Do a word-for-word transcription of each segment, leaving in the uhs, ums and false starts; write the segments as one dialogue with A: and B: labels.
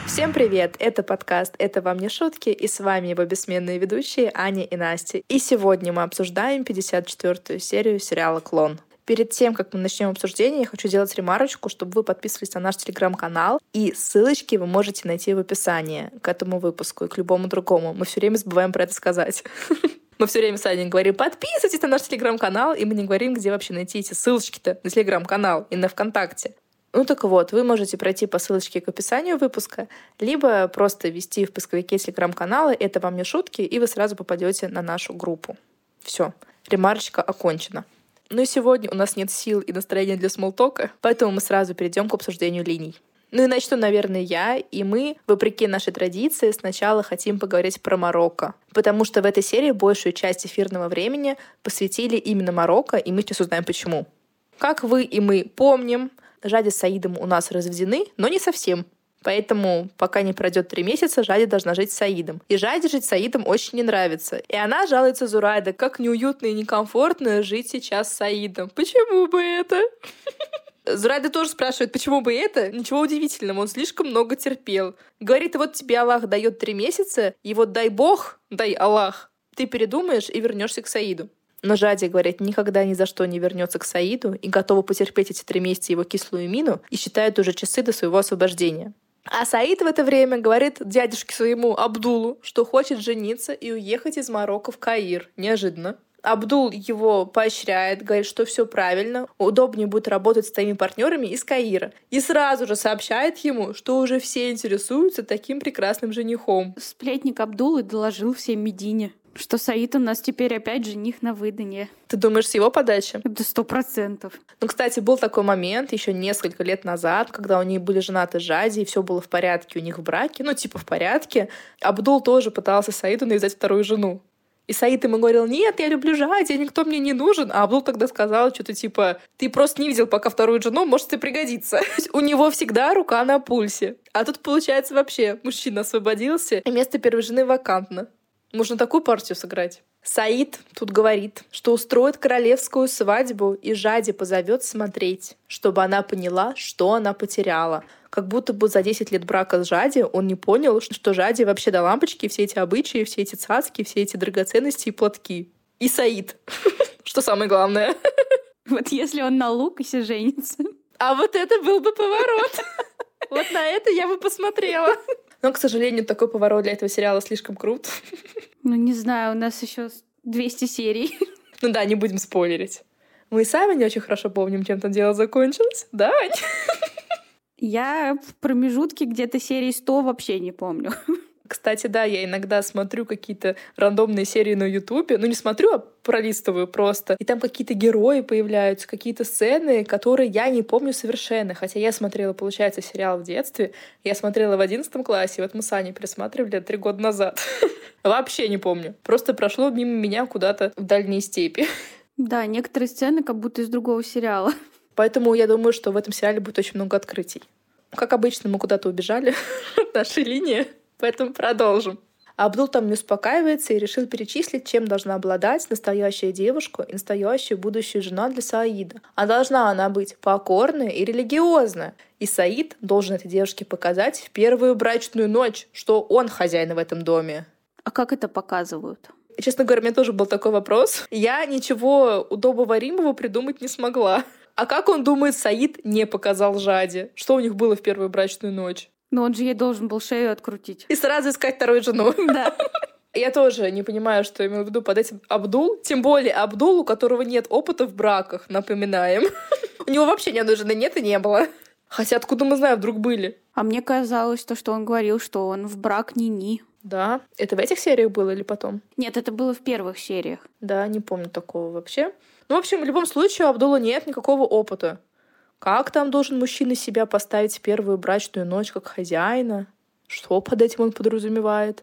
A: Всем привет! Это подкаст «Это вам не шутки», и с вами его бессменные ведущие Аня и Настя. И сегодня мы обсуждаем пятьдесят четвёртую серию сериала «Клон». Перед тем, как мы начнем обсуждение, я хочу сделать ремарочку, чтобы вы подписывались на наш телеграм-канал, и ссылочки вы можете найти в описании к этому выпуску и к любому другому. Мы все время забываем про это сказать. Мы все время с Аней говорим: подписывайтесь на наш телеграм-канал, и мы не говорим, где вообще найти эти ссылочки-то на телеграм-канал и на ВКонтакте. Ну так вот, вы можете пройти по ссылочке к описанию выпуска, либо просто ввести в поисковике телеграм-канала «Это вам не шутки», и вы сразу попадете на нашу группу. Все, ремарочка окончена. Ну и сегодня у нас нет сил и настроения для смолтока, поэтому мы сразу перейдем к обсуждению линий. Ну и начну, наверное, я, и мы, вопреки нашей традиции, сначала хотим поговорить про Марокко, потому что в этой серии большую часть эфирного времени посвятили именно Марокко, и мы сейчас узнаем почему. Как вы и мы помним, Жади с Саидом у нас разведены, но не совсем. Поэтому, пока не пройдет три месяца, Жади должна жить с Саидом. И Жади жить с Саидом очень не нравится. И она жалуется Зурайда, как неуютно и некомфортно жить сейчас с Саидом. Почему бы это? Зурайда тоже спрашивает, почему бы это? Ничего удивительного, он слишком много терпел. Говорит, вот тебе Аллах дает три месяца, и вот дай Бог, дай Аллах, ты передумаешь и вернешься к Саиду. Но Жади, говорит, никогда ни за что не вернется к Саиду и готова потерпеть эти три месяца его кислую мину и считает уже часы до своего освобождения. А Саид в это время говорит дядюшке своему Абдулу, что хочет жениться и уехать из Марокко в Каир. Неожиданно. Абдул его поощряет, говорит, что все правильно, удобнее будет работать с твоими партнерами из Каира. И сразу же сообщает ему, что уже все интересуются таким прекрасным женихом.
B: Сплетник Абдулы доложил всем Медине, что Саид у нас теперь опять жених на выданье.
A: Ты думаешь, с его подачи?
B: Это сто процентов.
A: Ну, кстати, был такой момент еще несколько лет назад, когда у них были женаты Жади, и все было в порядке у них в браке, ну, типа в порядке. Абдул тоже пытался Саиду навязать вторую жену. И Саид ему говорил: нет, я люблю Жади, никто мне не нужен. А Абдул тогда сказал что-то типа: ты просто не видел пока вторую жену, может тебе пригодится. У него всегда рука на пульсе. А тут, получается, вообще мужчина освободился, и место первой жены вакантно. Можно такую партию сыграть. Саид тут говорит, что устроит королевскую свадьбу и Жади позовет смотреть, чтобы она поняла, что она потеряла. Как будто бы за десять лет брака с Жади он не понял, что Жади вообще до лампочки все эти обычаи, все эти цацки, все эти драгоценности и платки. И Саид. Что самое главное.
B: Вот если он на Лукасе женится.
A: А вот это был бы поворот. Вот на это я бы посмотрела. Но, к сожалению, такой поворот для этого сериала слишком крут.
B: Ну, не знаю, у нас еще двести серий.
A: Ну да, не будем спойлерить. Мы и сами не очень хорошо помним, чем там дело закончилось. Да, Ань?
B: Я в промежутке где-то серии сто вообще не помню.
A: Кстати, да, я иногда смотрю какие-то рандомные серии на Ютубе. Ну, не смотрю, а пролистываю просто. И там какие-то герои появляются, какие-то сцены, которые я не помню совершенно. Хотя я смотрела, получается, сериал в детстве. Я смотрела в одиннадцатом классе. Вот мы с Аней пересматривали три года назад. Вообще не помню. Просто прошло мимо меня куда-то в дальние степи.
B: Да, некоторые сцены как будто из другого сериала.
A: Поэтому я думаю, что в этом сериале будет очень много открытий. Как обычно, мы куда-то убежали от нашей линии. Поэтому продолжим. Абдул там не успокаивается и решил перечислить, чем должна обладать настоящая девушка и настоящая будущая жена для Саида. А должна она быть покорная и религиозная. И Саид должен этой девушке показать в первую брачную ночь, что он хозяин в этом доме.
B: А как это показывают?
A: Честно говоря, у меня тоже был такой вопрос. Я ничего удобоваримого придумать не смогла. А как он думает, Саид не показал Жади? Что у них было в первую брачную ночь?
B: Но он же ей должен был шею открутить.
A: И сразу искать вторую жену.
B: Да.
A: Я тоже не понимаю, что имел в виду под этим Абдул. Тем более Абдул, у которого нет опыта в браках, напоминаем. У него вообще ни одной жены нет и не было. Хотя откуда мы знаем, вдруг были?
B: А мне казалось, то, что он говорил, что он в брак ни-ни.
A: Да? Это в этих сериях было или потом?
B: Нет, это было в первых сериях.
A: Да, не помню такого вообще. Ну, в общем, в любом случае у Абдула нет никакого опыта. Как там должен мужчина себя поставить в первую брачную ночь как хозяина? Что под этим он подразумевает?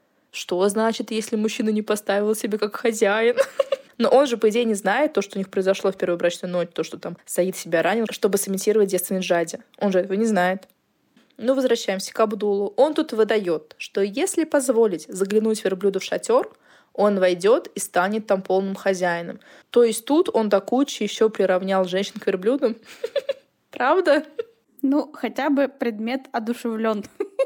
A: Что значит, если мужчина не поставил себя как хозяин? Но он же, по идее, не знает то, что у них произошло в первую брачную ночь, то, что там Саид себя ранил, чтобы сымитировать девственность Жади. Он же этого не знает. Ну, возвращаемся к Абдулу. Он тут выдает, что если позволить заглянуть верблюду в шатер, он войдет и станет там полным хозяином. То есть тут он до кучи еще приравнял женщин к верблюдам. Правда?
B: Ну, хотя бы предмет одушевлен.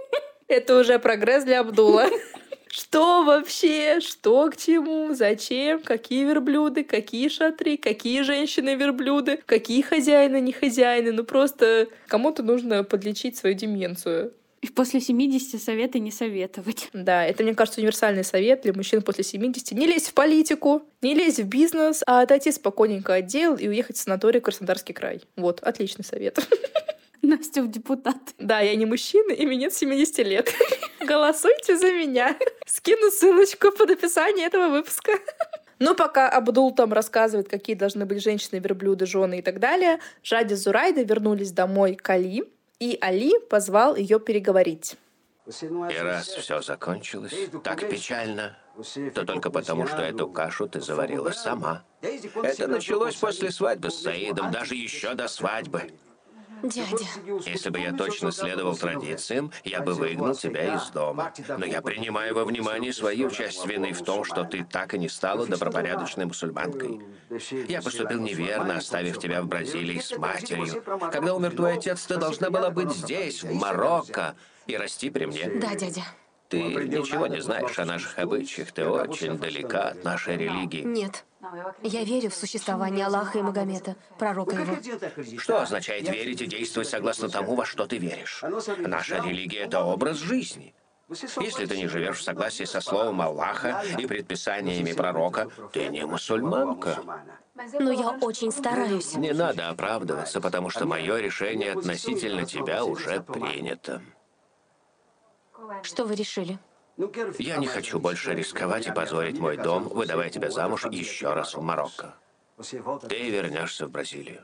A: Это уже прогресс для Абдула. Что вообще? Что к чему? Зачем? Какие верблюды? Какие шатры? Какие женщины-верблюды? Какие хозяины, не хозяины? Ну просто кому-то нужно подлечить свою деменцию.
B: И после семидесяти советы не советовать.
A: Да, это, мне кажется, универсальный совет для мужчин после семидесяти. Не лезь в политику, не лезь в бизнес, а отойти спокойненько от дел и уехать в санаторий Краснодарский край. Вот, отличный совет.
B: Настя в депутат.
A: Да, я не мужчина, и мне нет семидесяти лет. Голосуйте за меня. Скину ссылочку под описание этого выпуска. Ну, пока Абдул там рассказывает, какие должны быть женщины, верблюды, жены и так далее, Жади с Зурайдой вернулись домой к Али, и Али позвал ее переговорить.
C: И раз все закончилось так печально, то только потому, что эту кашу ты заварила сама. Это началось после свадьбы с Саидом, даже еще до свадьбы.
D: Дядя.
C: Если бы я точно следовал традициям, я бы выгнал тебя из дома. Но я принимаю во внимание свою часть вины в том, что ты так и не стала добропорядочной мусульманкой. Я поступил неверно, оставив тебя в Бразилии с матерью. Когда умер твой отец, ты должна была быть здесь, в Марокко, и расти при мне.
D: Да, дядя.
C: Ты ничего не знаешь о наших обычаях, ты очень далека от нашей религии.
D: Нет. Я верю в существование Аллаха и Магомета, пророка его.
C: Что означает верить и действовать согласно тому, во что ты веришь? Наша религия — это образ жизни. Если ты не живешь в согласии со словом Аллаха и предписаниями пророка, ты не мусульманка.
D: Но я очень стараюсь.
C: Не надо оправдываться, потому что мое решение относительно тебя уже принято.
D: Что вы решили?
C: Я не хочу больше рисковать и позорить мой дом, выдавая тебя замуж еще раз в Марокко. Ты вернешься в Бразилию.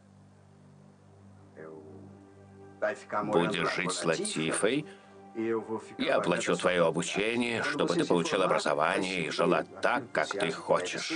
C: Будешь жить с Латифой. Я оплачу твое обучение, чтобы ты получил образование и жила так, как ты хочешь.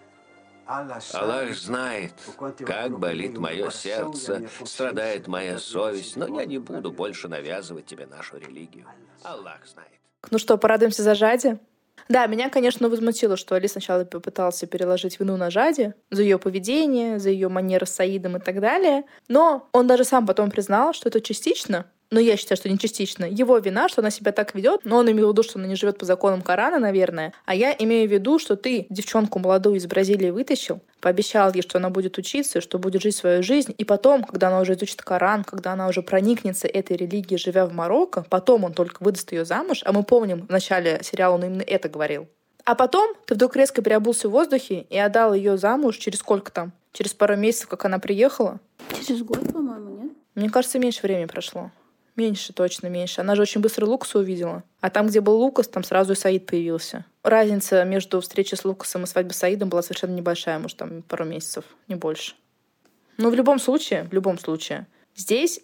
C: Аллах знает, как болит мое сердце, страдает моя совесть, но я не буду больше навязывать тебе нашу религию. Аллах знает.
A: Ну что, порадуемся за Жади? Да, меня, конечно, возмутило, что Али сначала попытался переложить вину на Жади за ее поведение, за ее манеры с Саидом и так далее. Но он даже сам потом признал, что это частично, но я считаю, что не частично, его вина, что она себя так ведет, но он имел в виду, что она не живет по законам Корана, наверное. А я имею в виду, что ты девчонку молодую из Бразилии вытащил, пообещал ей, что она будет учиться, что будет жить свою жизнь, и потом, когда она уже изучит Коран, когда она уже проникнется этой религией, живя в Марокко, потом он только выдаст ее замуж, а мы помним, в начале сериала он именно это говорил. А потом ты вдруг резко переобулся в воздухе и отдал ее замуж через сколько там? Через пару месяцев, как она приехала?
B: Через год, по-моему, нет?
A: Мне кажется, меньше времени прошло. Меньше, точно меньше. Она же очень быстро Лукаса увидела. А там, где был Лукас, там сразу и Саид появился. Разница между встречей с Лукасом и свадьбой с Саидом была совершенно небольшая, может, там пару месяцев, не больше. Но в любом случае, в любом случае, здесь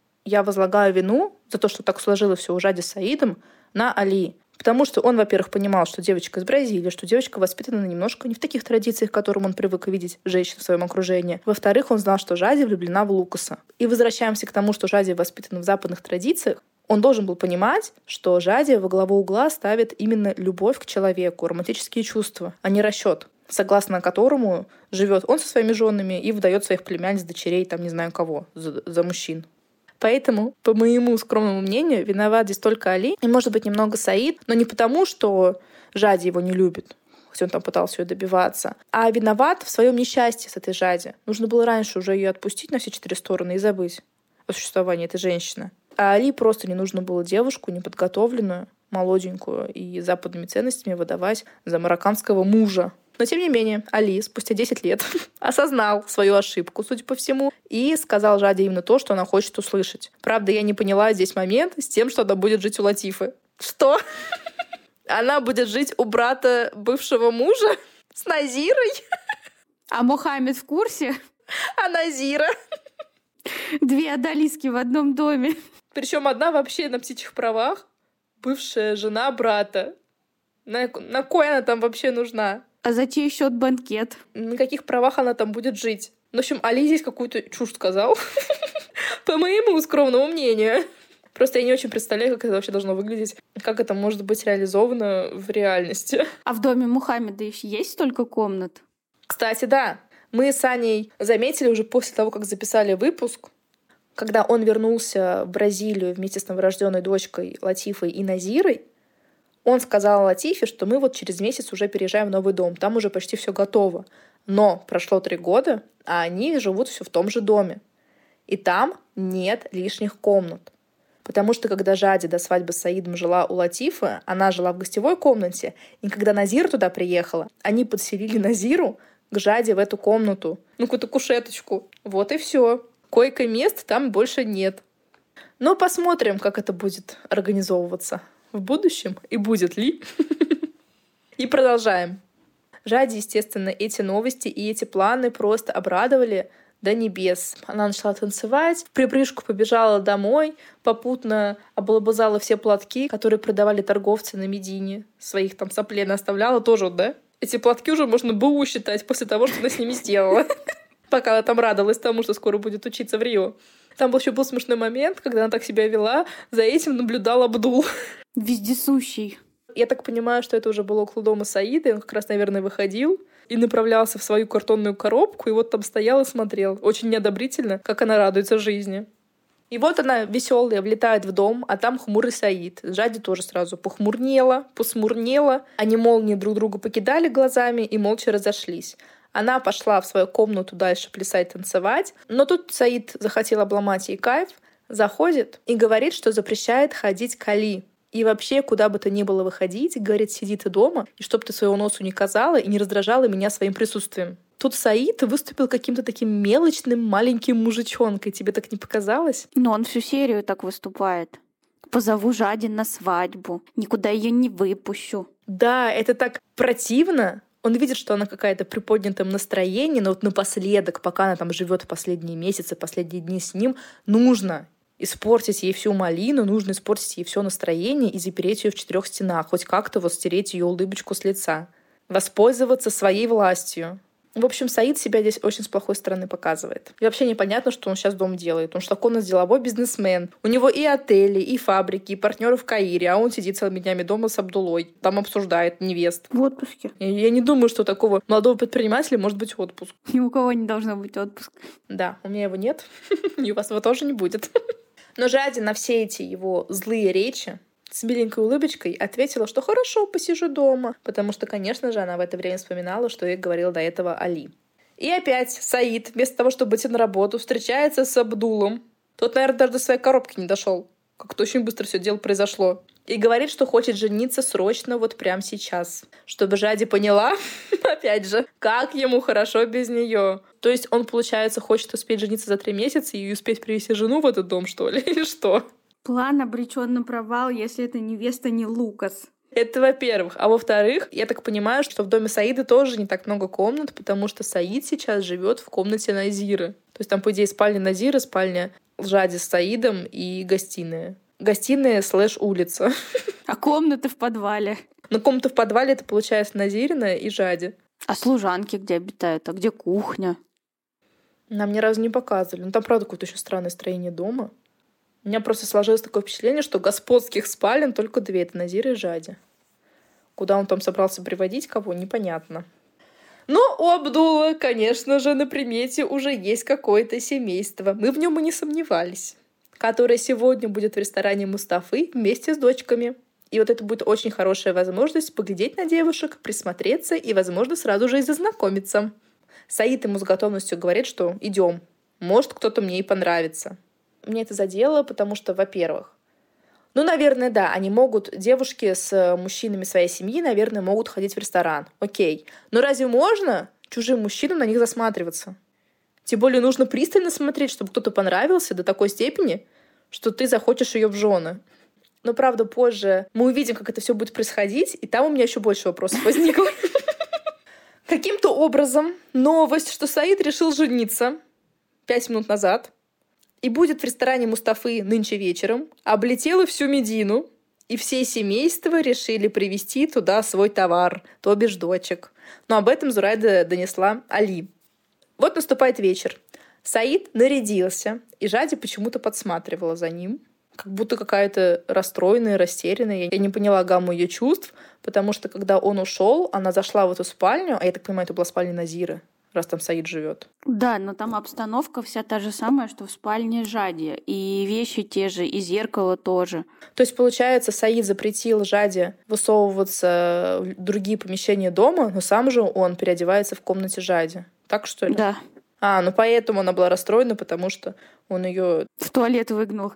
A: я возлагаю вину за то, что так сложилось все у Жади с Саидом, на Али. Потому что он, во-первых, понимал, что девочка из Бразилии, что девочка воспитана немножко не в таких традициях, к которым он привык видеть женщин в своем окружении. Во-вторых, он знал, что Жади влюблена в Лукаса. И возвращаемся к тому, что Жади воспитана в западных традициях. Он должен был понимать, что Жади во главу угла ставит именно любовь к человеку, романтические чувства, а не расчет, согласно которому живет он со своими женами и выдает своих племянниц, дочерей, там не знаю кого, за, за мужчин. Поэтому, по моему скромному мнению, виноват здесь только Али и, может быть, немного Саид, но не потому, что Жади его не любит, хотя он там пытался ее добиваться, а виноват в своем несчастье с этой Жади. Нужно было раньше уже ее отпустить на все четыре стороны и забыть о существовании этой женщины. А Али просто не нужно было девушку неподготовленную, молоденькую и западными ценностями выдавать за марокканского мужа. Но, тем не менее, Али спустя десять лет осознал свою ошибку, судя по всему, и сказал Жаде именно то, что она хочет услышать. Правда, я не поняла здесь момент с тем, что она будет жить у Латифы. Что? Она будет жить у брата бывшего мужа? С Назирой?
B: А Мухаммед в курсе?
A: А Назира?
B: Две одолиски в одном доме.
A: Причем одна вообще на птичьих правах. Бывшая жена брата. На, на кой она там вообще нужна?
B: А за чей счет банкет?
A: На каких правах она там будет жить? В общем, Али здесь какую-то чушь сказал. По моему скромному мнению. Просто я не очень представляю, как это вообще должно выглядеть. Как это может быть реализовано в реальности.
B: А в доме Мухаммеда еще есть столько комнат?
A: Кстати, да. Мы с Аней заметили уже после того, как записали выпуск, Когда он вернулся в Бразилию вместе с новорожденной дочкой Латифой и Назирой, он сказал Латифе, что мы вот через месяц уже переезжаем в новый дом, там уже почти все готово. Но прошло три года, а они живут все в том же доме. И там нет лишних комнат. Потому что когда Жади до свадьбы с Саидом жила у Латифы, она жила в гостевой комнате, и когда Назира туда приехала, они подселили Назиру к Жаде в эту комнату, ну, какую-то кушеточку. Вот и все. Койко-мест там больше нет. Но посмотрим, как это будет организовываться в будущем, и будет ли. И продолжаем. Жади, естественно, эти новости и эти планы просто обрадовали до небес. Она начала танцевать, в припрыжку побежала домой, попутно облобызала все платки, которые продавали торговцы на Медине. Своих там соплей оставляла тоже, да? Эти платки уже можно было считать после того, что она с ними сделала. Пока она там радовалась тому, что скоро будет учиться в Рио. Там еще был смешной момент, когда она так себя вела, за этим наблюдал Абдул.
B: Вездесущий.
A: Я так понимаю, что это уже было около дома Саида, и он как раз, наверное, выходил и направлялся в свою картонную коробку, и вот там стоял и смотрел. Очень неодобрительно, как она радуется жизни. И вот она, веселая, влетает в дом, а там хмурый Саид. Жади тоже сразу похмурнела, посмурнела. Они молнией друг друга покидали глазами и молча разошлись. Она пошла в свою комнату дальше плясать, танцевать. Но тут Саид захотел обломать ей кайф, заходит и говорит, что запрещает ходить к Али. И вообще, куда бы то ни было выходить, говорит, сиди ты дома, и чтоб ты своего носу не казала и не раздражала меня своим присутствием. Тут Саид выступил каким-то таким мелочным маленьким мужичонкой. Тебе так не показалось?
B: Но он всю серию так выступает. Позову Жади на свадьбу, никуда ее не выпущу.
A: Да, это так противно. Он видит, что она какая-то в приподнятом настроении, но вот напоследок, пока она там живет последние месяцы, последние дни с ним, нужно испортить ей всю малину, нужно испортить ей все настроение и запереть ее в четырех стенах, хоть как-то вот стереть ее улыбочку с лица. Воспользоваться своей властью. В общем, Саид себя здесь очень с плохой стороны показывает. И вообще непонятно, что он сейчас дома делает. Он что такой у нас деловой бизнесмен. У него и отели, и фабрики, и партнеры в Каире, а он сидит целыми днями дома с Абдулой. Там обсуждает невест.
B: В отпуске.
A: Я, я не думаю, что у такого молодого предпринимателя может быть отпуск.
B: Ни у кого не должно быть отпуск.
A: Да, у меня его нет. И у вас его тоже не будет. Но Жади на все эти его злые речи с миленькой улыбочкой ответила, что хорошо, посижу дома. Потому что, конечно же, она в это время вспоминала, что ей говорил до этого Али. И опять Саид, вместо того, чтобы идти на работу, встречается с Абдулом. Тот, наверное, даже до своей коробки не дошел. Как-то очень быстро все дело произошло. И говорит, что хочет жениться срочно, вот прямо сейчас. Чтобы Жади поняла, опять же, как ему хорошо без нее. То есть он, получается, хочет успеть жениться за три месяца и успеть привести жену в этот дом, что ли? Или что?
B: План обречен на провал, если эта невеста не Лукас.
A: Это во-первых. А во-вторых, я так понимаю, что в доме Саида тоже не так много комнат, потому что Саид сейчас живет в комнате Назиры. То есть там, по идее, спальня Назиры, спальня Жади с Саидом и гостиная. Гостиная слэш улица.
B: А комнаты в подвале.
A: Но комната в подвале — это, получается, Назирина и Жади.
B: А служанки где обитают? А где кухня?
A: Нам ни разу не показывали. Ну, там, правда, какое-то еще странное строение дома. У меня просто сложилось такое впечатление, что господских спален только две. Это Назира и Жади. Куда он там собрался приводить кого, непонятно. Но у Абдула, конечно же, на примете уже есть какое-то семейство. Мы в нем и не сомневались. Которое сегодня будет в ресторане Мустафы вместе с дочками. И вот это будет очень хорошая возможность поглядеть на девушек, присмотреться и, возможно, сразу же и зазнакомиться. Саид ему с готовностью говорит, что идем. Может, кто-то мне и понравится. Мне это задело, потому что, во-первых, ну, наверное, да, они могут, девушки с мужчинами своей семьи, наверное, могут ходить в ресторан. Окей. Но разве можно чужим мужчинам на них засматриваться? Тем более нужно пристально смотреть, чтобы кто-то понравился до такой степени, что ты захочешь ее в жены. Но, правда, позже мы увидим, как это все будет происходить, и там у меня еще больше вопросов возникло. Каким-то образом новость, что Саид решил жениться пять минут назад и будет в ресторане Мустафы нынче вечером, облетела всю Медину, и все семейства решили привезти туда свой товар, то бишь дочек. Но об этом Зурайда донесла Али. Вот наступает вечер. Саид нарядился, и Жади почему-то подсматривала за ним. Как будто какая-то расстроенная, растерянная. Я не поняла гамму ее чувств, потому что, когда он ушел, она зашла в эту спальню, а я так понимаю, это была спальня Назиры. раз там Саид живет.
B: Да, но там обстановка вся та же самая, что в спальне Жади. И вещи те же, и зеркало тоже.
A: То есть, получается, Саид запретил Жаде высовываться в другие помещения дома, но сам же он переодевается в комнате Жади. Так что ли?
B: Да.
A: А, ну поэтому она была расстроена, потому что он ее
B: в туалет выгнал.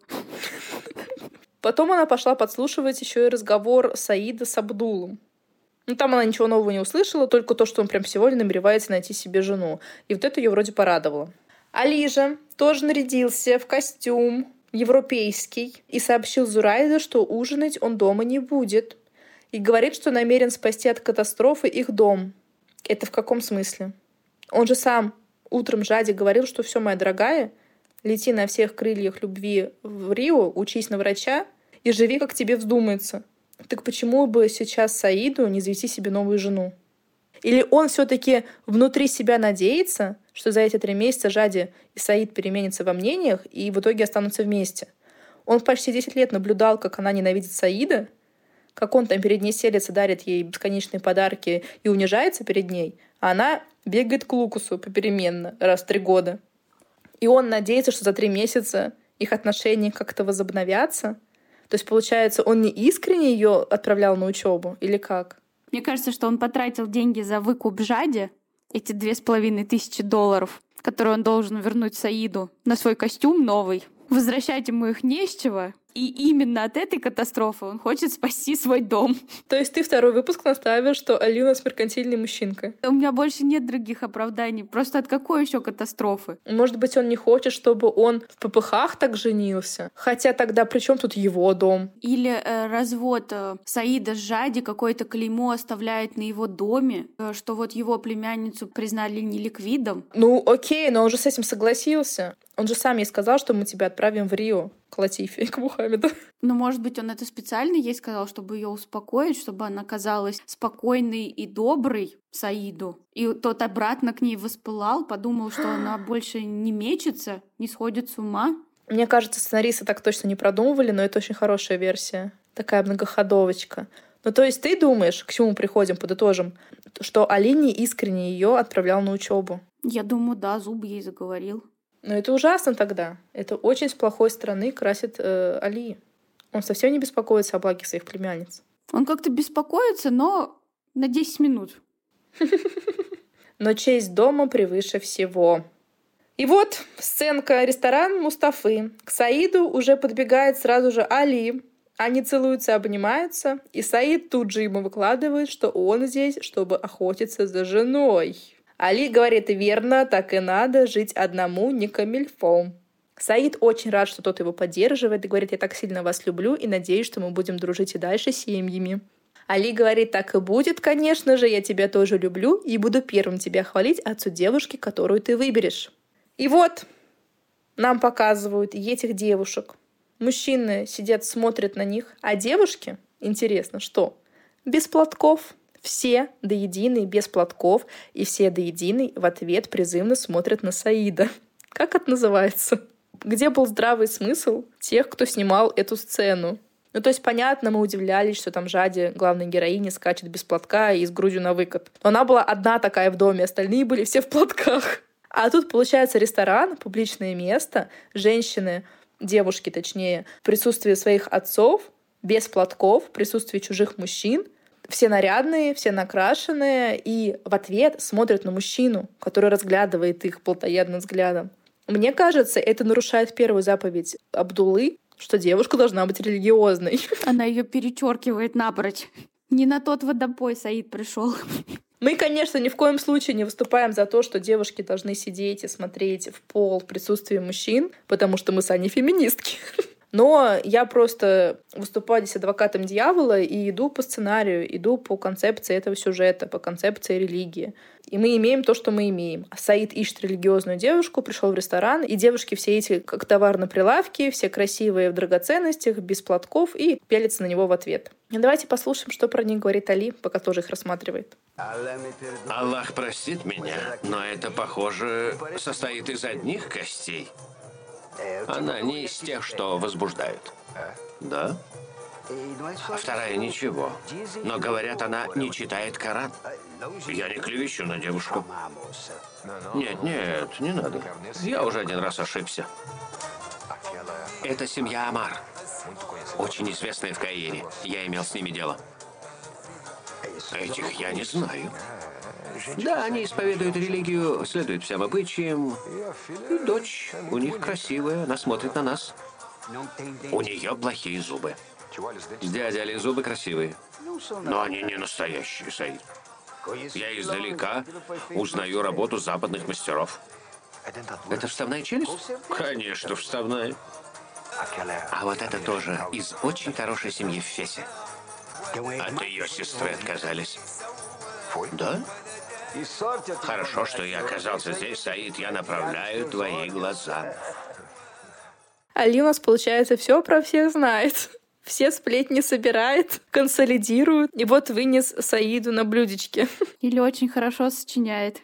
A: Потом она пошла подслушивать еще и разговор Саида с Абдулом. Ну, там она ничего нового не услышала, только то, что он прям сегодня намеревается найти себе жену. И вот это ее вроде порадовало. Али же тоже нарядился в костюм европейский и сообщил Зурайде, что ужинать он дома не будет. И говорит, что намерен спасти от катастрофы их дом. Это в каком смысле? Он же сам утром Жаде говорил, что все, моя дорогая, лети на всех крыльях любви в Рио, учись на врача и живи, как тебе вздумается. Так почему бы сейчас Саиду не завести себе новую жену? Или он все-таки внутри себя надеется, что за эти три месяца Жади и Саид переменятся во мнениях и в итоге останутся вместе? Он почти десять лет наблюдал, как она ненавидит Саида, как он там перед ней селится, дарит ей бесконечные подарки и унижается перед ней, а она бегает к Лукасу попеременно раз в три года. И он надеется, что за три месяца их отношения как-то возобновятся. То есть, получается, он не искренне ее отправлял на учебу или как?
B: Мне кажется, что он потратил деньги за выкуп Жади, эти две с половиной тысячи долларов, которые он должен вернуть Саиду, на свой костюм новый. Возвращать ему их не с чего. И именно от этой катастрофы он хочет спасти свой дом.
A: То есть ты второй выпуск наставишь, что Али у нас меркантильный мужчинка?
B: У меня больше нет других оправданий. Просто от какой еще катастрофы?
A: Может быть, он не хочет, чтобы он в попыхах так женился? Хотя тогда при чем тут его дом?
B: Или э, развод э, Саида с Жади, какое-то клеймо оставляет на его доме, э, что вот его племянницу признали неликвидом.
A: Ну окей, но он же с этим согласился. Он же сам ей сказал, что мы тебя отправим в Рио к Латифе, к Мухаммеду.
B: Ну, может быть, он это специально ей сказал, чтобы ее успокоить, чтобы она казалась спокойной и доброй Саиду. И тот обратно к ней воспылал, подумал, что она больше не мечется, не сходит с ума.
A: Мне кажется, сценаристы так точно не продумывали, но это очень хорошая версия. Такая многоходовочка. Ну, то есть ты думаешь, к чему мы приходим, подытожим, что Али не искренне ее отправлял на учебу?
B: Я думаю, да, зуб ей заговорил.
A: Но это ужасно тогда. Это очень с плохой стороны красит э, Али. Он совсем не беспокоится о благе своих племянниц.
B: Он как-то беспокоится, но на десять минут.
A: Но честь дома превыше всего. И вот сценка: ресторан Мустафы. К Саиду уже подбегает сразу же Али. Они целуются, обнимаются, и Саид тут же ему выкладывает, что он здесь, чтобы охотиться за женой. Али говорит: верно, так и надо, жить одному не камильфо. Саид очень рад, что тот его поддерживает, и говорит: я так сильно вас люблю и надеюсь, что мы будем дружить и дальше семьями. Али говорит: так и будет, конечно же, я тебя тоже люблю и буду первым тебя хвалить отцу девушки, которую ты выберешь. И вот нам показывают этих девушек. Мужчины сидят, смотрят на них, а девушки, интересно, что? Без платков. Все до единой без платков, и все до единой в ответ призывно смотрят на Саида. Как это называется? Где был здравый смысл тех, кто снимал эту сцену? Ну, то есть, понятно, мы удивлялись, что там Жади, главная героиня, скачет без платка и с грудью на выкат. Но она была одна такая в доме, остальные были все в платках. А тут, получается, ресторан, публичное место, женщины, девушки, точнее, в присутствии своих отцов, без платков, в присутствии чужих мужчин, все нарядные, все накрашенные, и в ответ смотрят на мужчину, который разглядывает их плотоядным взглядом. Мне кажется, это нарушает первую заповедь Абдуллы, что девушка должна быть религиозной.
B: Она ее перечеркивает напрочь. Не на тот водопой Саид пришел.
A: Мы, конечно, ни в коем случае не выступаем за то, что девушки должны сидеть и смотреть в пол в присутствии мужчин, потому что мы сами феминистки. Но я просто выступаю здесь адвокатом дьявола и иду по сценарию, иду по концепции этого сюжета, по концепции религии. И мы имеем то, что мы имеем. Саид ищет религиозную девушку, пришел в ресторан, и девушки все эти как товар на прилавке, все красивые в драгоценностях, без платков, и пялятся на него в ответ. И давайте послушаем, что про них говорит Али, пока тоже их рассматривает.
C: Аллах простит меня, но это, похоже, состоит из одних костей. Она не из тех, что возбуждают. Да? А вторая ничего. Но, говорят, она не читает Коран. Я не клевещу на девушку. Нет, нет, не надо. Я уже один раз ошибся. Это семья Амар. Очень известная в Каире. Я имел с ними дело. Этих я не знаю. Да, они исповедуют религию, следуют всем обычаям. И дочь у них красивая, она смотрит на нас. У нее плохие зубы. Дядя Али, зубы красивые. Но они не настоящие, Саид. Я издалека узнаю работу западных мастеров. Это вставная челюсть? Конечно, вставная. А вот это тоже из очень хорошей семьи в Фесе. От ее сестры отказались. Да? Хорошо, что я оказался здесь, Саид. Я направляю твои глаза.
A: Али у нас, получается, все про всех знает. Все сплетни собирает, консолидирует. И вот вынес Саиду на блюдечке.
B: Или очень хорошо сочиняет.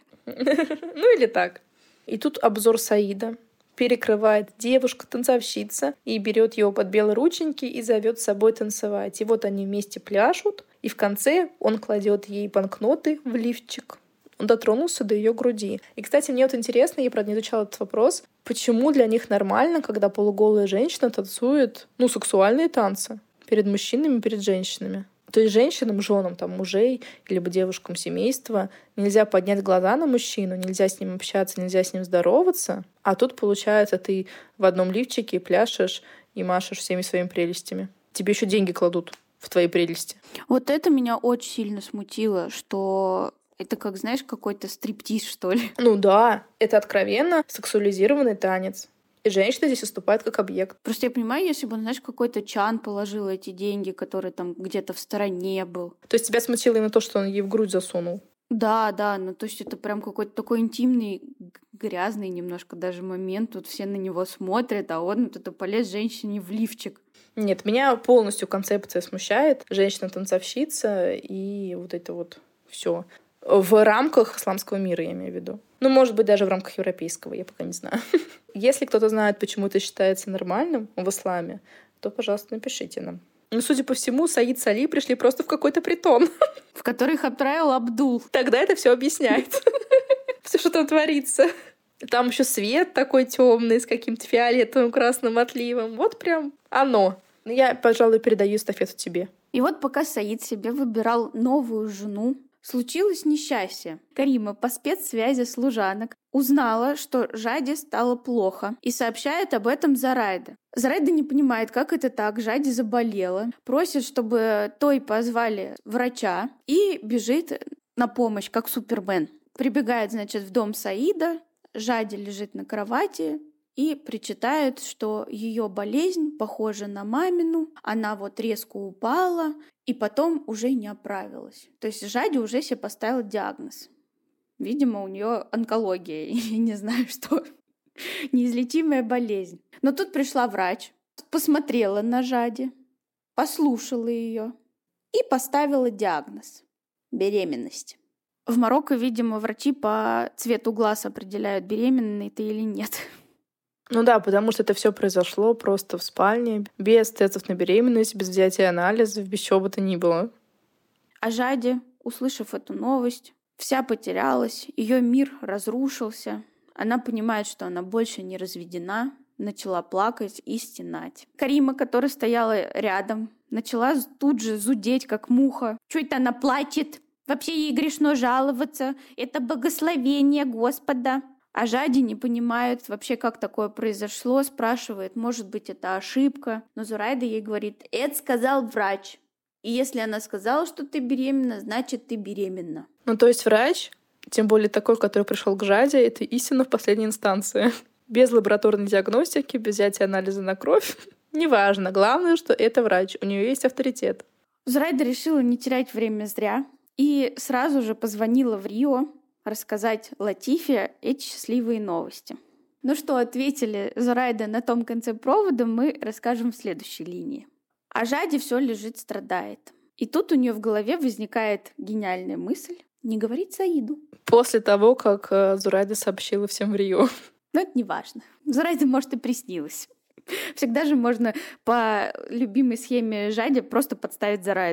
A: Ну или так. И тут обзор Саида. Перекрывает девушка-танцовщица и берет его под белые рученьки и зовет с собой танцевать. И вот они вместе пляшут, и в конце он кладет ей банкноты в лифчик. Он дотронулся до ее груди. И, кстати, мне вот интересно, я, правда, не изучала этот вопрос, почему для них нормально, когда полуголая женщина танцует, ну, сексуальные танцы перед мужчинами, перед женщинами. То есть женщинам, женам, там, мужей, либо девушкам семейства нельзя поднять глаза на мужчину, нельзя с ним общаться, нельзя с ним здороваться. А тут, получается, ты в одном лифчике пляшешь и машешь всеми своими прелестями. Тебе еще деньги кладут в твои прелести.
B: Вот это меня очень сильно смутило, что это как, знаешь, какой-то стриптиз, что ли.
A: Ну да, это откровенно сексуализированный танец. И женщина здесь выступает как объект.
B: Просто я понимаю, если бы, знаешь, какой-то чан положил эти деньги, который там где-то в стороне был.
A: То есть тебя смутило именно то, что он ей в грудь засунул?
B: Да, да, ну то есть это прям какой-то такой интимный, грязный немножко даже момент. Тут все на него смотрят, а он вот это полез женщине в лифчик.
A: Нет, меня полностью концепция смущает. Женщина-танцовщица и вот это вот все. В рамках исламского мира, я имею в виду. Ну, может быть, даже в рамках европейского, я пока не знаю. Если кто-то знает, почему это считается нормальным в исламе, то, пожалуйста, напишите нам. Ну, судя по всему, Саид с Али пришли просто в какой-то притон.
B: В который их отправил Абдул.
A: Тогда это все объясняет. Все, что там творится. Там еще свет такой темный с каким-то фиолетовым красным отливом. Вот прям оно. Я, пожалуй, передаю эстафету тебе.
B: И вот пока Саид себе выбирал новую жену, случилось несчастье. Карима по спецсвязи служанок узнала, что Жаде стало плохо, и сообщает об этом Зарайде. Зарайда не понимает, как это так, Жаде заболела, просит, чтобы той позвали врача, и бежит на помощь, как Супермен. Прибегает, значит, в дом Саида, Жаде лежит на кровати и причитает, что ее болезнь похожа на мамину, она вот резко упала, и потом уже не оправилась. То есть Жаде уже себе поставила диагноз. Видимо, у нее онкология, я не знаю что. Неизлечимая болезнь. Но тут пришла врач, посмотрела на Жаде, послушала ее и поставила диагноз – беременность. В Марокко, видимо, врачи по цвету глаз определяют, беременный ты или нет.
A: Ну да, потому что это все произошло просто в спальне, без тестов на беременность, без взятия анализов, без чего бы то ни было.
B: А Жаде, услышав эту новость, вся потерялась, ее мир разрушился. Она понимает, что она больше не разведена, начала плакать и стенать. Карима, которая стояла рядом, начала тут же зудеть, как муха. Чё это она плачет? Вообще ей грешно жаловаться. Это благословение Господа. А Жаде не понимает вообще, как такое произошло, спрашивает, может быть, это ошибка. Но Зурайда ей говорит, это сказал врач. И если она сказала, что ты беременна, значит, ты беременна.
A: Ну, то есть врач, тем более такой, который пришел к Жаде, это истина в последней инстанции. Без лабораторной диагностики, без взятия анализа на кровь. Неважно. Главное, что это врач. У нее есть авторитет.
B: Зурайда решила не терять время зря и сразу же позвонила в Рио, рассказать Латифе эти счастливые новости. Ну что, ответили Зурайда на том конце провода, мы расскажем в следующей линии. А Жаде все лежит, страдает. И тут у нее в голове возникает гениальная мысль не говорить Саиду.
A: После того, как э, Зурайда сообщила всем в Рио.
B: Но это не важно. Зурайде, может, и приснилось. Всегда же можно по любимой схеме Жаде просто подставить Зурайда.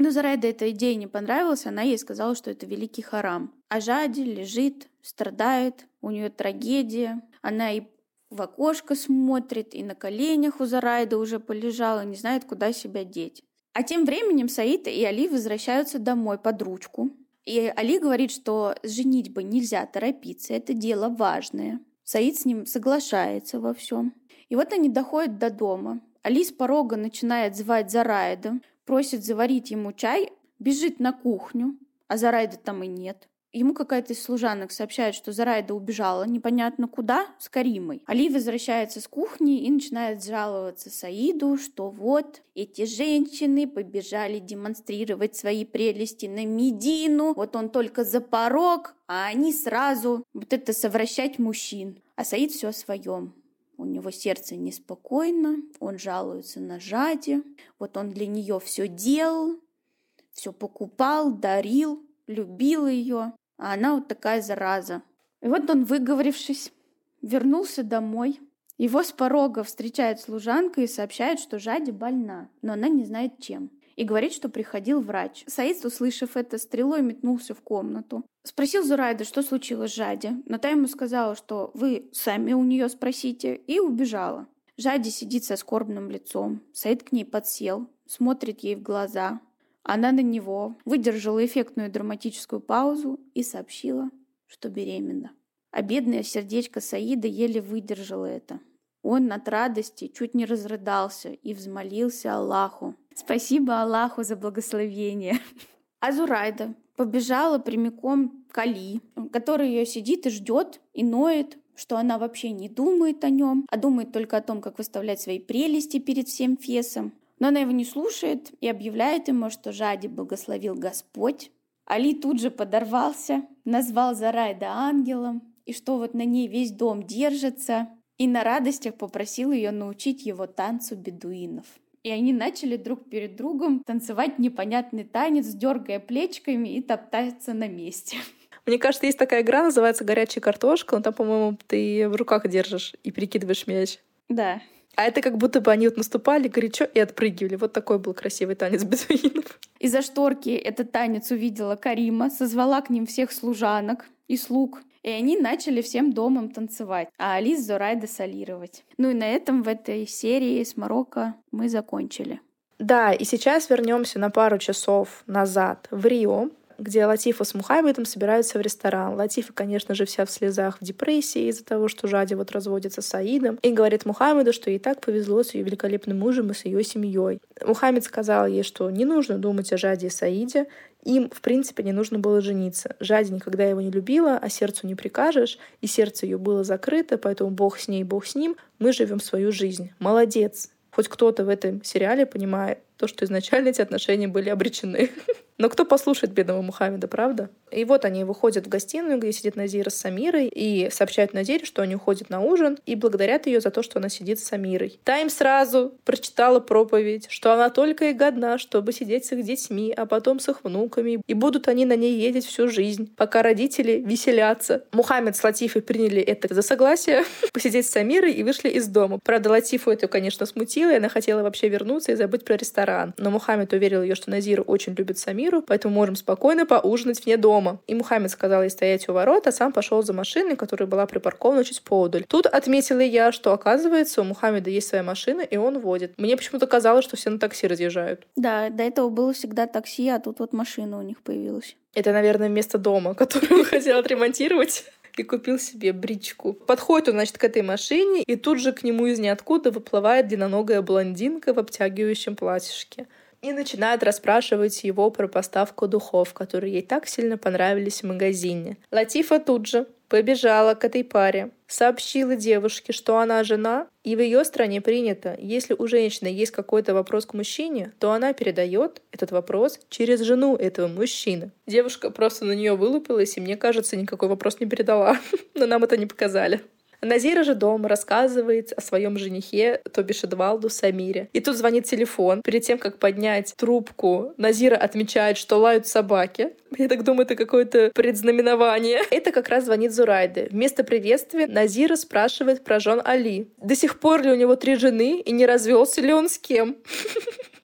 B: Но Зурайда эта идея не понравилась, она ей сказала, что это великий харам. А Жади лежит, страдает, у нее трагедия, она и в окошко смотрит, и на коленях у Зурайды уже полежала, не знает, куда себя деть. А тем временем Саид и Али возвращаются домой под ручку. И Али говорит, что с женитьбой нельзя торопиться, это дело важное. Саид с ним соглашается во всем. И вот они доходят до дома. Али с порога начинает звать Зурайду, просит заварить ему чай, бежит на кухню, а Зурайды там и нет. Ему какая-то из служанок сообщает, что Зурайда убежала непонятно куда с Каримой. Али возвращается с кухни и начинает жаловаться Саиду, что вот эти женщины побежали демонстрировать свои прелести на Медину. Вот он только за порог, а они сразу вот это совращать мужчин. А Саид все о своем. У него сердце неспокойно, он жалуется на Жаде. Вот он для нее все делал, все покупал, дарил, любил ее. А она вот такая зараза. И вот он, выговорившись, вернулся домой. Его с порога встречает служанка и сообщает, что Жади больна, но она не знает чем. И говорит, что приходил врач. Саид, услышав это, стрелой метнулся в комнату. Спросил Зурайду, что случилось с Жади. Но та ему сказала, что вы сами у нее спросите, и убежала. Жади сидит со скорбным лицом. Саид к ней подсел, смотрит ей в глаза. Она на него выдержала эффектную драматическую паузу и сообщила, что беременна. А бедное сердечко Саида еле выдержало это. Он от радости чуть не разрыдался и взмолился Аллаху. Спасибо Аллаху за благословение. А Зурайда побежала прямиком к Али, который ее сидит и ждет, и ноет, что она вообще не думает о нем, а думает только о том, как выставлять свои прелести перед всем Фесом. Но она его не слушает и объявляет ему, что Жади благословил Господь. Али тут же подорвался, назвал Зурайду ангелом, и что вот на ней весь дом держится, и на радостях попросил ее научить его танцу бедуинов. И они начали друг перед другом танцевать непонятный танец, дергая плечиками и топтаться на месте.
A: Мне кажется, есть такая игра, называется «Горячая картошка», но там, по-моему, ты в руках держишь и перекидываешь мяч.
B: Да.
A: А это как будто бы они вот наступали горячо и отпрыгивали. Вот такой был красивый танец бедуинов.
B: Из-за шторки этот танец увидела Карима, созвала к ним всех служанок и слуг. И они начали всем домом танцевать, а Али с Зурайдой солировать. Ну и на этом в этой серии с Марокко мы закончили.
A: Да, и сейчас вернемся на пару часов назад в Рио, где Латифа с Мухаммедом собираются в ресторан. Латифа, конечно же, вся в слезах, в депрессии из-за того, что Жади вот разводится с Саидом, и говорит Мухаммеду, что ей так повезло с ее великолепным мужем и с ее семьей. Мухаммед сказал ей, что не нужно думать о Жаде и Саиде, им, в принципе, не нужно было жениться. Жади никогда его не любила, а сердцу не прикажешь, и сердце ее было закрыто, поэтому Бог с ней, Бог с ним, мы живем свою жизнь. Молодец! Хоть кто-то в этом сериале понимает то, что изначально эти отношения были обречены. Но кто послушает бедного Мухаммеда, правда? И вот они выходят в гостиную, где сидит Назира с Самирой, и сообщают Назире, что они уходят на ужин, и благодарят ее за то, что она сидит с Самирой. Та им сразу прочитала проповедь, что она только и годна, чтобы сидеть с их детьми, а потом с их внуками, и будут они на ней ездить всю жизнь, пока родители веселятся. Мухаммед с Латифой приняли это за согласие посидеть с Самирой и вышли из дома. Правда, Латифу это, конечно, смутило, и она хотела вообще вернуться и забыть про ресторан. Но Мухаммед уверил ее, что Назира очень любит Самиру, поэтому можем спокойно поужинать вне дома. И Мухаммед сказал ей стоять у ворот, а сам пошел за машиной, которая была припаркована чуть поодаль. Тут отметила я, что, оказывается, у Мухаммеда есть своя машина, и он водит. Мне почему-то казалось, что все на такси разъезжают.
B: Да, до этого было всегда такси, а тут вот машина у них появилась.
A: Это, наверное, вместо дома, который он хотел отремонтировать. И купил себе бричку. Подходит он, значит, к этой машине, и тут же к нему из ниоткуда выплывает длинноногая блондинка в обтягивающем платьишке. И начинает расспрашивать его про поставку духов, которые ей так сильно понравились в магазине. Латифа тут же побежала к этой паре, сообщила девушке, что она жена, и в ее стране принято, если у женщины есть какой-то вопрос к мужчине, то она передает этот вопрос через жену этого мужчины. Девушка просто на нее вылупилась, и, мне кажется, никакой вопрос не передала, но нам это не показали. Назира же дома рассказывает о своем женихе, то бишь Эдвалду Самире. И тут звонит телефон. Перед тем, как поднять трубку, Назира отмечает, что лают собаки. Я так думаю, это какое-то предзнаменование. Это как раз звонит Зурайда. Вместо приветствия Назира спрашивает про жен Али. До сих пор ли у него три жены и не развелся ли он с кем?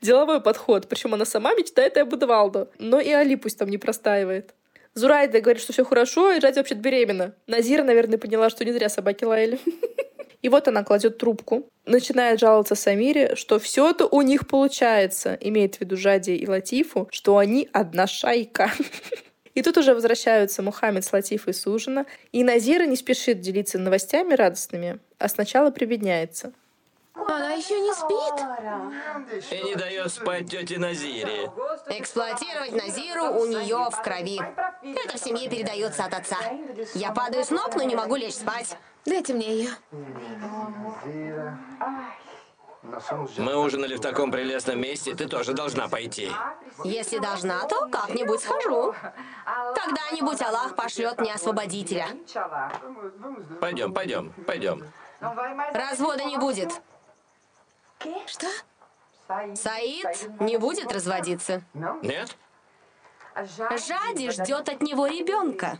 A: Деловой подход. Причем она сама мечтает об Эдвалду. Но и Али пусть там не простаивает. Зурайда говорит, что все хорошо, и Жади вообще-то беременна. Назира, наверное, поняла, что не зря собаки лаяли. И вот она кладет трубку, начинает жаловаться Самире, что все это у них получается, имеет в виду Жади и Латифу, что они одна шайка. И тут уже возвращаются Мухаммед с Латифой с ужина, и Назира не спешит делиться новостями радостными, а сначала прибедняется.
D: Она еще не спит?
E: И не дает спать тете Назире.
D: Эксплуатировать Назиру у нее в крови. Это в семье передается от отца. Я падаю с ног, но не могу лечь спать. Дайте мне ее.
E: Мы ужинали в таком прелестном месте, ты тоже должна пойти.
D: Если должна, то как-нибудь схожу. Когда-нибудь Аллах пошлет мне освободителя.
E: Пойдем, пойдем, пойдем.
D: Развода не будет. Что? Саид не будет разводиться.
E: Нет?
D: Жади ждет от него ребенка.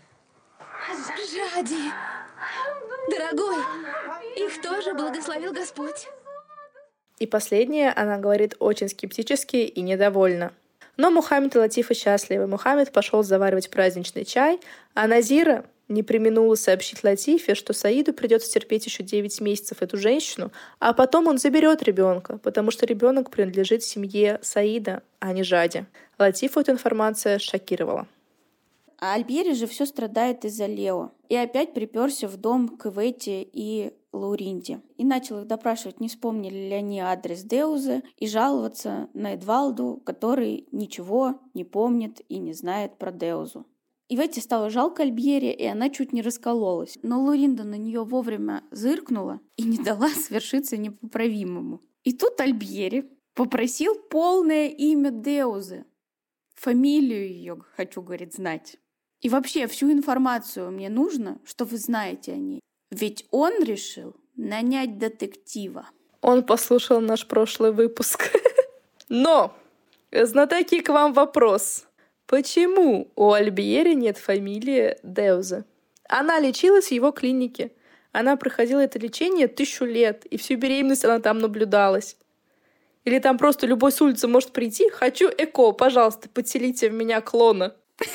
D: Жади, дорогой, их тоже благословил Господь.
A: И последнее она говорит очень скептически и недовольна. Но Мухаммед и Латифа счастливы. Мухаммед пошел заваривать праздничный чай, а Назира не преминула сообщить Латифе, что Саиду придется терпеть еще девять месяцев эту женщину, а потом он заберет ребенка, потому что ребенок принадлежит семье Саида, а не Жади. Латифу эта информация шокировала.
B: А Альбери же все страдает из-за Лео. И опять приперся в дом к Иветте и Лауринде. И начал их допрашивать, не вспомнили ли они адрес Деузы, и жаловаться на Эдвалду, который ничего не помнит и не знает про Деузу. Иветте стало жалко Альбери, и она чуть не раскололась. Но Лауринда на нее вовремя зыркнула и не дала свершиться непоправимому. И тут Альбери попросил полное имя Деузы. Фамилию ее хочу, говорит, знать. И вообще всю информацию мне нужно, что вы знаете о ней. Ведь он решил нанять детектива.
A: Он послушал наш прошлый выпуск. Но, знатоки, к вам вопрос. Почему у Альбиери нет фамилии Деуза? Она лечилась в его клинике. Она проходила это лечение тысячу лет, и всю беременность она там наблюдалась. Или там просто любой с улицы может прийти: «Хочу ЭКО, пожалуйста, подселите в меня клона».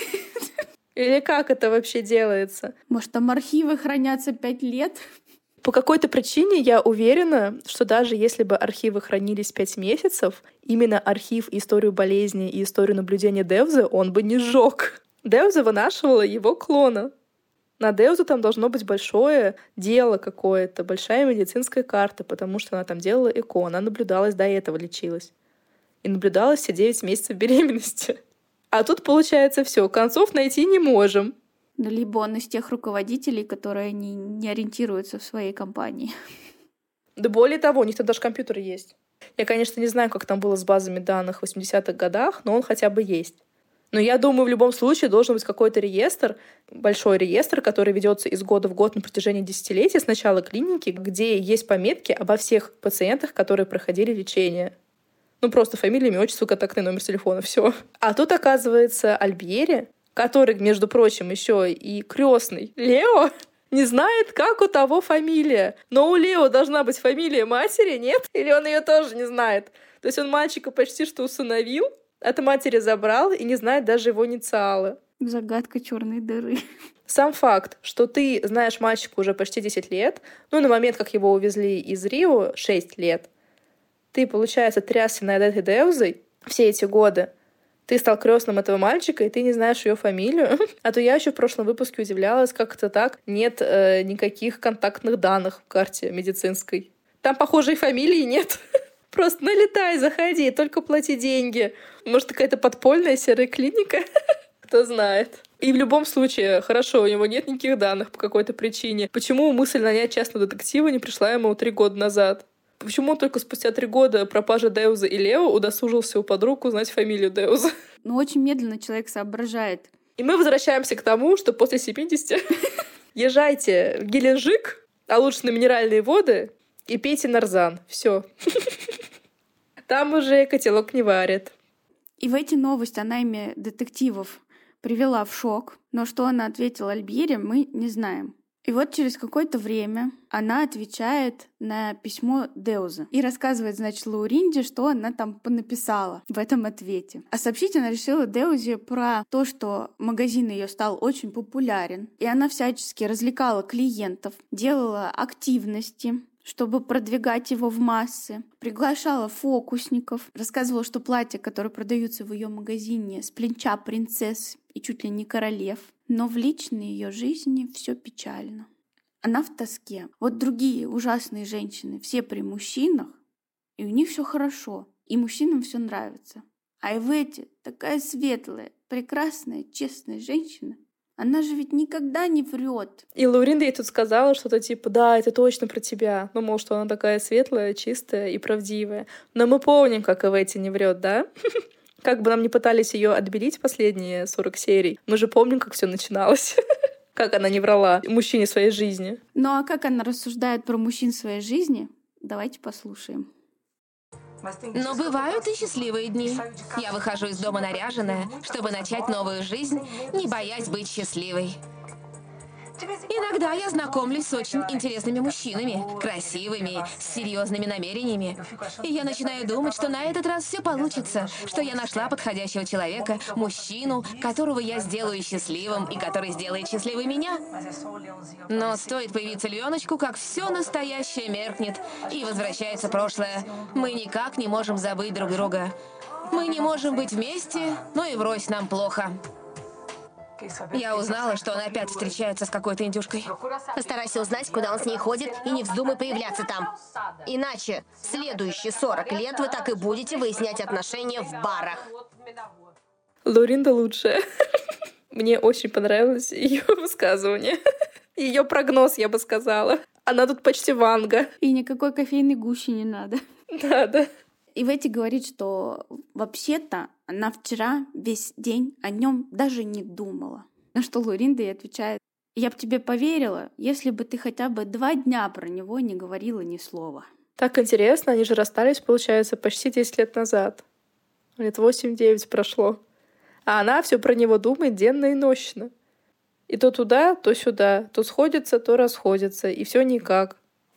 A: Или как это вообще делается?
B: Может, там архивы хранятся пять лет?
A: По какой-то причине я уверена, что даже если бы архивы хранились пять месяцев, именно архив историю болезни и историю наблюдения Деузы он бы не сжег. Деуза вынашивала его клона. На Деузу там должно быть большое дело какое-то, большая медицинская карта, потому что она там делала ЭКО, она наблюдалась, до этого лечилась. И наблюдалась все девять месяцев беременности. А тут, получается, все, концов найти не можем.
B: Ну, либо он из тех руководителей, которые не, не ориентируются в своей компании.
A: Да более того, у них там даже компьютер есть. Я, конечно, не знаю, как там было с базами данных в восьмидесятых годах, но он хотя бы есть. Но я думаю, в любом случае должен быть какой-то реестр, большой реестр, который ведется из года в год на протяжении десятилетий с начала клиники, где есть пометки обо всех пациентах, которые проходили лечение. Ну, просто фамилия, имя, отчество, контактный номер телефона, все. А тут, оказывается, Альбиери, который, между прочим, еще и крестный Лео, не знает, как у того фамилия. Но у Лео должна быть фамилия матери, нет? Или он ее тоже не знает? То есть он мальчика почти что усыновил, от матери забрал и не знает даже его инициалы.
B: Загадка черной дыры.
A: Сам факт, что ты знаешь мальчика уже почти десять лет, ну, на момент, как его увезли из Рио, шесть лет, ты, получается, трясся над этой Деузой все эти годы, ты стал крестным этого мальчика, и ты не знаешь ее фамилию. А то я еще в прошлом выпуске удивлялась, как это так, нет э, никаких контактных данных в карте медицинской. Там, похоже, и фамилии нет. Просто налетай, заходи, только плати деньги. Может, какая-то подпольная серая клиника? Кто знает. И в любом случае, хорошо, у него нет никаких данных по какой-то причине. Почему мысль нанять частного детектива не пришла ему три года назад? Почему только спустя три года пропажи Деуза и Лео удосужился у подруг узнать фамилию Деуза?
B: Ну, очень медленно человек соображает.
A: И мы возвращаемся к тому, что после семидесяти езжайте в Геленджик, а лучше на минеральные воды, и пейте нарзан. Все. Там уже котелок не варят.
B: И в эти новости о найме детективов привела в шок, но что она ответила Альбиери, мы не знаем. И вот через какое-то время она отвечает на письмо Деуза и рассказывает, значит, Лауринде, что она там понаписала в этом ответе. А сообщить она решила Деузе про то, что магазин ее стал очень популярен, и она всячески развлекала клиентов, делала активности, чтобы продвигать его в массы, приглашала фокусников, рассказывала, что платья, которые продаются в ее магазине, с плеча принцесс и чуть ли не королев, но в личной ее жизни все печально. Она в тоске. Вот другие ужасные женщины, все при мужчинах, и у них все хорошо, и мужчинам все нравится. А Иветти такая светлая, прекрасная, честная женщина. Она же ведь никогда не врет.
A: И Лауринда ей тут сказала что-то типа, да, это точно про тебя. Ну, мол, что она такая светлая, чистая и правдивая. Но мы помним, как Иветти не врет, да? Как бы нам ни пытались ее отбелить последние сорок серий, мы же помним, как все начиналось. Как она не врала мужчине своей жизни.
B: Ну а как она рассуждает про мужчин своей жизни, давайте послушаем.
D: Но бывают и счастливые дни. Я выхожу из дома наряженная, чтобы начать новую жизнь, не боясь быть счастливой. Иногда я знакомлюсь с очень интересными мужчинами, красивыми, с серьезными намерениями. И я начинаю думать, что на этот раз все получится, что я нашла подходящего человека, мужчину, которого я сделаю счастливым и который сделает счастливой меня. Но стоит появиться львеночку, как все настоящее меркнет, и возвращается прошлое. Мы никак не можем забыть друг друга. Мы не можем быть вместе, но и врозь нам плохо. Я узнала, что он опять встречается с какой-то индюшкой.
F: Постарайся узнать, куда он с ней ходит, и не вздумай появляться там. Иначе следующие сорок лет вы так и будете выяснять отношения в барах.
A: Лауринда лучшая. Мне очень понравилось ее высказывание. Ее прогноз, я бы сказала. Она тут почти Ванга.
B: И никакой кофейной гущи не надо.
A: Да, да.
B: Иветти говорит, что вообще-то она вчера весь день о нем даже не думала. На что Лауринда ей отвечает: «Я бы тебе поверила, если бы ты хотя бы два дня про него не говорила ни слова».
A: Так интересно, они же расстались, получается, почти десять лет назад. Лет восемь-девять прошло. А она все про него думает денно и нощно. И то туда, то сюда, то сходится, то расходится, и все никак.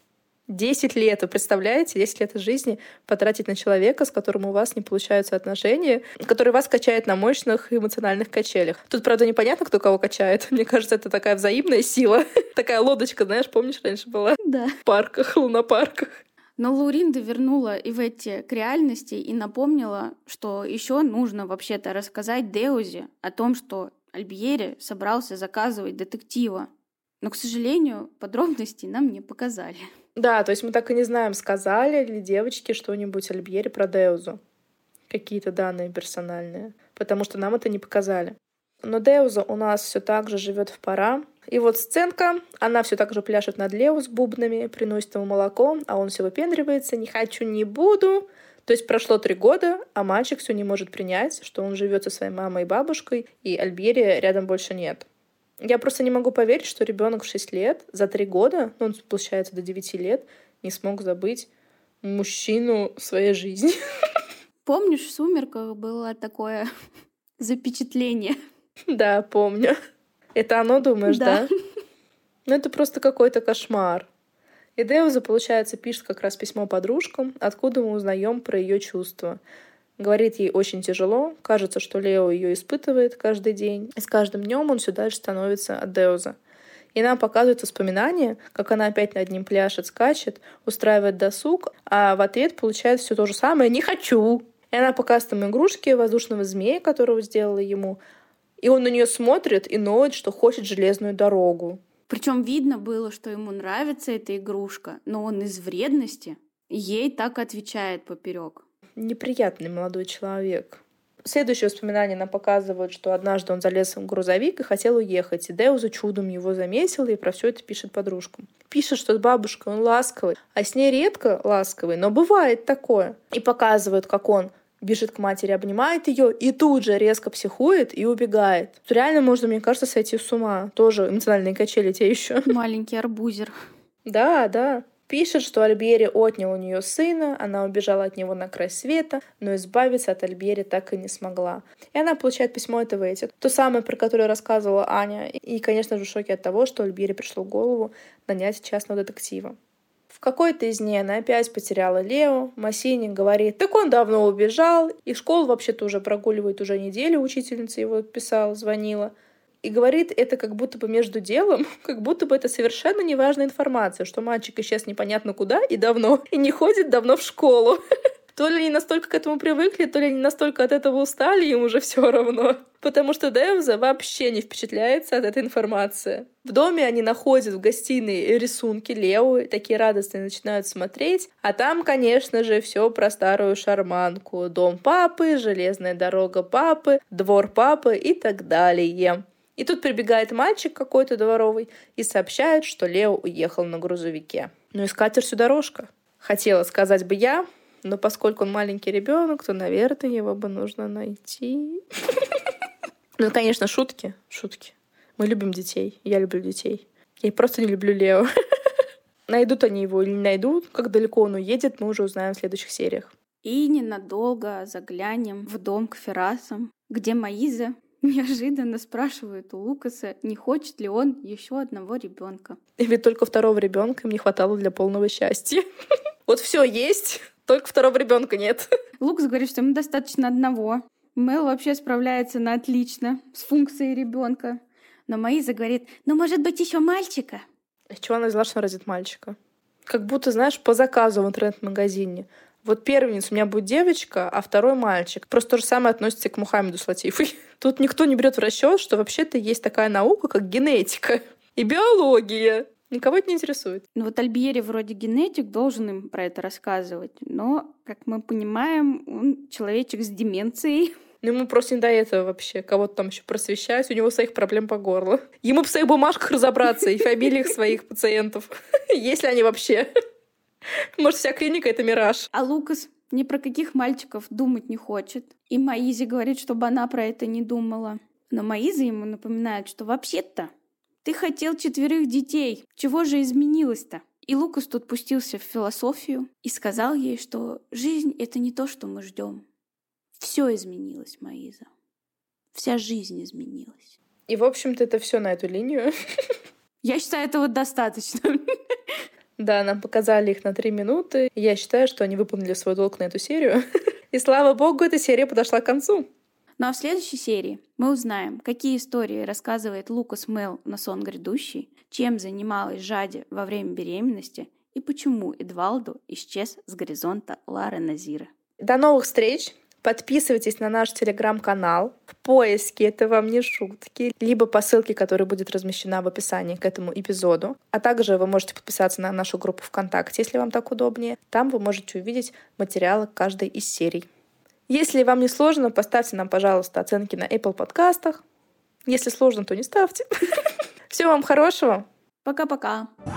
A: Десять лет, вы представляете, десять лет из жизни потратить на человека, с которым у вас не получаются отношения, который вас качает на мощных эмоциональных качелях. Тут, правда, непонятно, кто кого качает. Мне кажется, это такая взаимная сила. Такая лодочка, знаешь, помнишь, раньше была?
B: Да.
A: В парках, лунопарках.
B: Но Лауринда вернула Иветти к реальности и напомнила, что еще нужно вообще-то рассказать Деузе о том, что Альбьери собрался заказывать детектива. Но, к сожалению, подробностей нам не показали.
A: Да, то есть мы так и не знаем, сказали ли девочки что-нибудь Альбьери про Деузу. Какие-то данные персональные. Потому что нам это не показали. Но Деуза у нас все так же живет в пора. И вот сценка, она все так же пляшет над Лео с бубнами, приносит ему молоко, а он все выпендривается: не хочу, не буду. То есть прошло три года, а мальчик все не может принять, что он живет со своей мамой и бабушкой, и Альбьери рядом больше нет. Я просто не могу поверить, что ребенок в шесть лет за три года, ну, он, получается, до девяти лет, не смог забыть мужчину в своей жизни.
B: Помнишь, в «Сумерках» было такое запечатление?
A: Да, помню. Это оно, думаешь, да?
B: Да.
A: Ну, это просто какой-то кошмар. И Деуза, получается, пишет как раз письмо подружкам, откуда мы узнаем про ее чувства. Говорит, ей очень тяжело, кажется, что Лео ее испытывает каждый день, и с каждым днем он все дальше становится от Деуза. И нам показывают воспоминания, как она опять над ним пляшет, скачет, устраивает досуг, а в ответ получает все то же самое: «Не хочу». И она показывает ему игрушки воздушного змея, которого сделала ему, и он на нее смотрит и ноет, что хочет железную дорогу.
B: Причем видно было, что ему нравится эта игрушка, но он из вредности ей так отвечает поперек.
A: Неприятный молодой человек. Следующее воспоминание нам показывают, что однажды он залез в грузовик и хотел уехать, и Деуза чудом его заметила, и про все это пишет подружкам. Пишет, что с бабушкой он ласковый, а с ней редко ласковый, но бывает такое. И показывают, как он бежит к матери, обнимает ее, и тут же резко психует и убегает. Тут реально можно, мне кажется, сойти с ума. Тоже эмоциональные качели те еще.
B: Маленький арбузер.
A: Да, да. Пишет, что Альбери отнял у нее сына, она убежала от него на край света, но избавиться от Альбери так и не смогла. И она получает письмо от Ивети, то самое, про которое рассказывала Аня, и, конечно же, в шоке от того, что Альбери пришло в голову нанять частного детектива. В какой-то из дней она опять потеряла Лео. Массини говорит, так он давно убежал, и в школу вообще-то уже прогуливает уже неделю, учительница его писала, звонила. И говорит это как будто бы между делом, как будто бы это совершенно неважная информация, что мальчик исчез непонятно куда и давно, и не ходит давно в школу. То ли они настолько к этому привыкли, то ли они настолько от этого устали, им уже все равно. Потому что Девза вообще не впечатляется от этой информации. В доме они находят в гостиной рисунки Лео, такие радостные начинают смотреть. А там, конечно же, все про старую шарманку. Дом папы, железная дорога папы, двор папы и так далее. И тут прибегает мальчик какой-то дворовый и сообщает, что Лео уехал на грузовике. Ну и с катертью дорожка. Хотела сказать бы я, но поскольку он маленький ребенок, то, наверное, его бы нужно найти. Ну, конечно, шутки. Шутки. Мы любим детей. Я люблю детей. Я просто не люблю Лео. Найдут они его или не найдут, как далеко он уедет, мы уже узнаем в следующих сериях.
B: И ненадолго заглянем в дом к Феррасам, где Маиза неожиданно спрашивает у Лукаса, не хочет ли он еще одного ребенка.
A: Ведь только второго ребенка им не хватало для полного счастья. Вот все есть, только второго ребенка нет.
B: Лукас говорит, что ему достаточно одного. Мэл вообще справляется на отлично с функцией ребенка. Но Маиза говорит, ну, может быть, еще мальчика?
A: С чего она взяла, что она родит мальчика? Как будто, знаешь, по заказу в интернет-магазине. Вот первенец у меня будет девочка, а второй мальчик. Просто то же самое относится и к Мухаммеду с Латифой. Тут никто не берет в расчет, что вообще-то есть такая наука, как генетика и биология. Никого это не интересует.
B: Ну вот Альбери вроде генетик, должен им про это рассказывать. Но, как мы понимаем, он человечек с деменцией.
A: Ну ему просто не до этого вообще. Кого-то там еще просвещать, у него своих проблем по горло. Ему в своих бумажках разобраться и фамилиях своих пациентов. Если они вообще... Может, вся клиника — это мираж.
B: А Лукас ни про каких мальчиков думать не хочет. И Маизе говорит, чтобы она про это не думала. Но Маиза ему напоминает, что вообще-то ты хотел четверых детей. Чего же изменилось-то? И Лукас тут пустился в философию и сказал ей, что жизнь — это не то, что мы ждем. Все изменилось, Маиза. Вся жизнь изменилась.
A: И, в общем-то, это все на эту линию.
B: Я считаю, этого достаточно.
A: Да, нам показали их на три минуты. Я считаю, что они выполнили свой долг на эту серию. И слава богу, эта серия подошла к концу.
B: Ну а в следующей серии мы узнаем, какие истории рассказывает Лукас Мэл на сон грядущий, чем занималась Жади во время беременности и почему Эдвалду исчез с горизонта Лары Назира.
A: До новых встреч! Подписывайтесь на наш телеграм-канал. В поиске «Это вам не шутки», либо по ссылке, которая будет размещена в описании к этому эпизоду. А также вы можете подписаться на нашу группу ВКонтакте, если вам так удобнее. Там вы можете увидеть материалы каждой из серий. Если вам не сложно, поставьте нам, пожалуйста, оценки на Apple подкастах. Если сложно, то не ставьте. Всего вам хорошего.
B: Пока-пока.